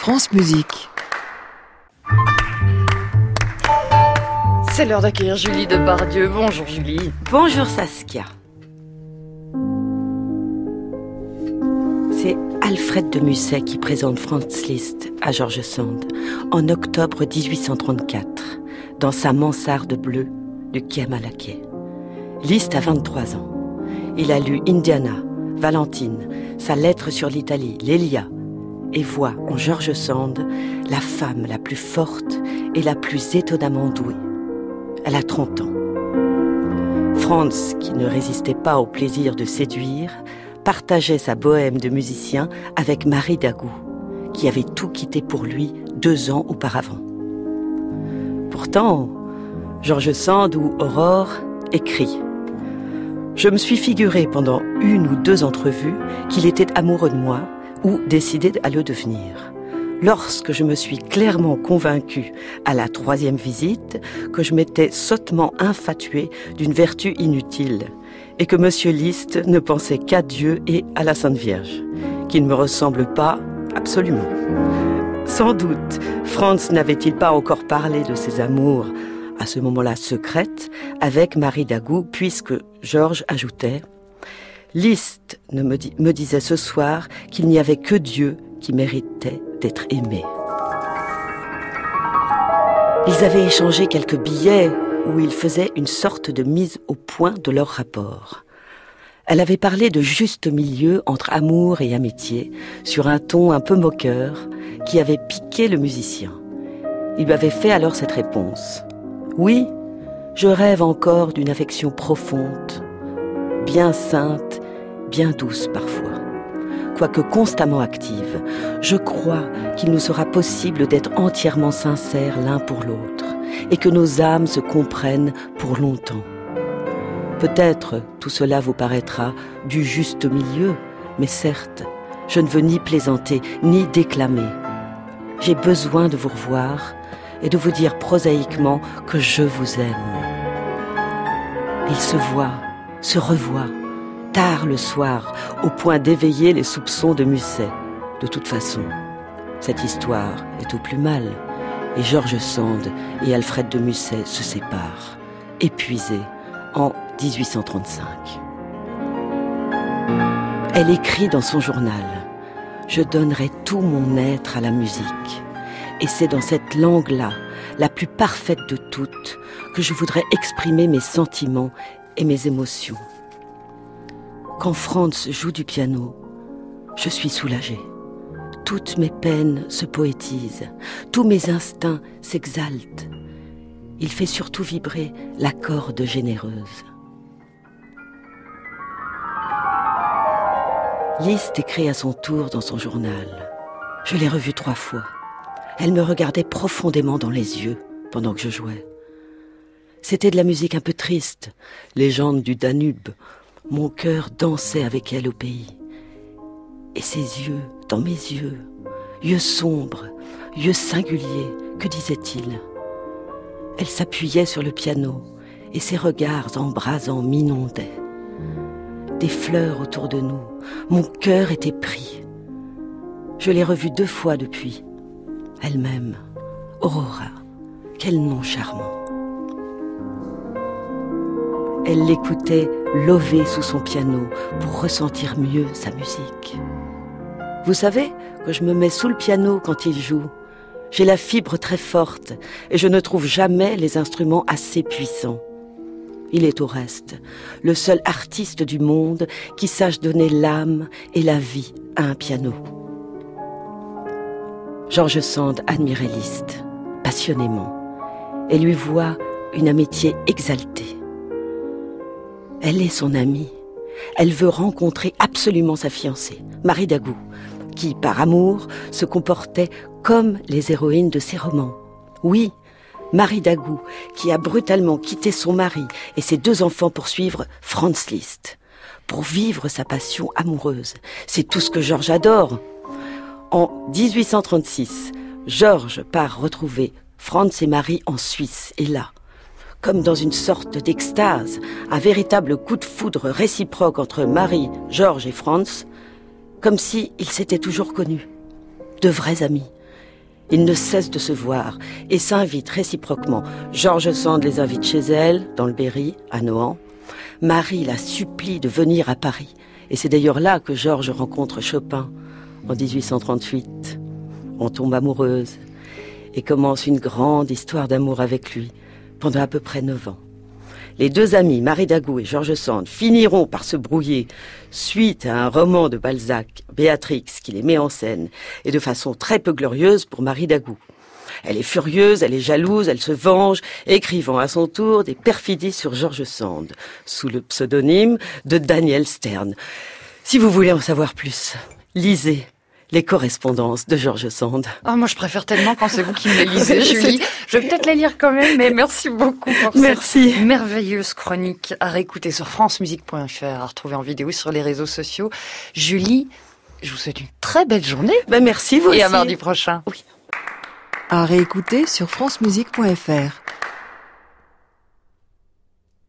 France Musique. C'est l'heure d'accueillir Julie Depardieu. Bonjour Julie. Bonjour Saskia. C'est Alfred de Musset qui présente Franz Liszt à George Sand en octobre 1834 dans sa mansarde bleue du quai à Malaquais. Liszt a 23 ans. Il a lu Indiana, Valentine, sa lettre sur l'Italie, l'Elia, et voit en George Sand la femme la plus forte et la plus étonnamment douée. Elle a 30 ans. Franz, qui ne résistait pas au plaisir de séduire, partageait sa bohème de musicien avec Marie Dagout, qui avait tout quitté pour lui 2 ans auparavant. Pourtant, George Sand ou Aurore écrit « Je me suis figuré pendant 1 ou 2 entrevues qu'il était amoureux de moi ou décidé à le devenir. Lorsque je me suis clairement convaincue à la 3e visite que je m'étais sottement infatuée d'une vertu inutile et que Monsieur Liszt ne pensait qu'à Dieu et à la Sainte Vierge, qui ne me ressemble pas absolument. Sans doute, Franz n'avait-il pas encore parlé de ses amours à ce moment-là secrètes avec Marie Dagout, puisque Georges ajoutait « Liszt me disait ce soir qu'il n'y avait que Dieu qui méritait d'être aimé. » Ils avaient échangé quelques billets où ils faisaient une sorte de mise au point de leur rapport. Elle avait parlé de juste milieu entre amour et amitié, sur un ton un peu moqueur, qui avait piqué le musicien. Il lui avait fait alors cette réponse. « Oui, je rêve encore d'une affection profonde, bien sainte, bien douce parfois. Quoique constamment active, je crois qu'il nous sera possible d'être entièrement sincères l'un pour l'autre et que nos âmes se comprennent pour longtemps. Peut-être tout cela vous paraîtra du juste milieu, mais certes, je ne veux ni plaisanter ni déclamer. J'ai besoin de vous revoir et de vous dire prosaïquement que je vous aime. » Ils se voient, se revoient, tard le soir, au point d'éveiller les soupçons de Musset. De toute façon, cette histoire est au plus mal, et George Sand et Alfred de Musset se séparent, épuisés, en 1835. Elle écrit dans son journal « Je donnerai tout mon être à la musique, et c'est dans cette langue-là, la plus parfaite de toutes, que je voudrais exprimer mes sentiments et mes émotions. » Quand Franz joue du piano, je suis soulagée. Toutes mes peines se poétisent, tous mes instincts s'exaltent. Il fait surtout vibrer la corde généreuse. Liszt écrit à son tour dans son journal. Je l'ai revue 3 fois. Elle me regardait profondément dans les yeux pendant que je jouais. C'était de la musique un peu triste, légende du Danube. Mon cœur dansait avec elle au pays. Et ses yeux, dans mes yeux sombres, yeux singuliers, que disait-il ? Elle s'appuyait sur le piano et ses regards embrasants m'inondaient. Des fleurs autour de nous, mon cœur était pris. Je l'ai revue 2 fois depuis. Elle-même, Aurora, quel nom charmant. Elle l'écoutait lover sous son piano pour ressentir mieux sa musique. Vous savez que je me mets sous le piano quand il joue. J'ai la fibre très forte et je ne trouve jamais les instruments assez puissants. Il est au reste le seul artiste du monde qui sache donner l'âme et la vie à un piano. George Sand admirait Liszt, passionnément, et lui voua une amitié exaltée. Elle est son amie. Elle veut rencontrer absolument sa fiancée, Marie Dagout, qui, par amour, se comportait comme les héroïnes de ses romans. Oui, Marie Dagout, qui a brutalement quitté son mari et ses 2 enfants pour suivre Franz Liszt, pour vivre sa passion amoureuse. C'est tout ce que Georges adore. En 1836, Georges part retrouver Franz et Marie en Suisse, et là, comme dans une sorte d'extase, un véritable coup de foudre réciproque entre Marie, Georges et Franz, comme s'ils s'étaient toujours connus. De vrais amis, Ils ne cessent de se voir et s'invitent réciproquement. George Sand les invite chez elle, dans le Berry, à Nohant. Marie la supplie de venir à Paris. Et c'est d'ailleurs là que Georges rencontre Chopin, en 1838. On tombe amoureuse et commence une grande histoire d'amour avec lui, pendant à peu près 9 ans. Les deux amis, Marie Dagout et George Sand, finiront par se brouiller suite à un roman de Balzac, Béatrix, qui les met en scène, et de façon très peu glorieuse pour Marie Dagout. Elle est furieuse, elle est jalouse, elle se venge, écrivant à son tour des perfidies sur George Sand, sous le pseudonyme de Daniel Stern. Si vous voulez en savoir plus, lisez les correspondances de George Sand. Ah, moi, je préfère tellement quand c'est vous qui me les lisez, Julie. Je vais peut-être les lire quand même, mais merci beaucoup pour cette merveilleuse chronique à réécouter sur francemusique.fr, à retrouver en vidéo sur les réseaux sociaux. Julie, je vous souhaite une très belle journée. Merci, vous aussi. Et à mardi prochain. Oui. À réécouter sur francemusique.fr.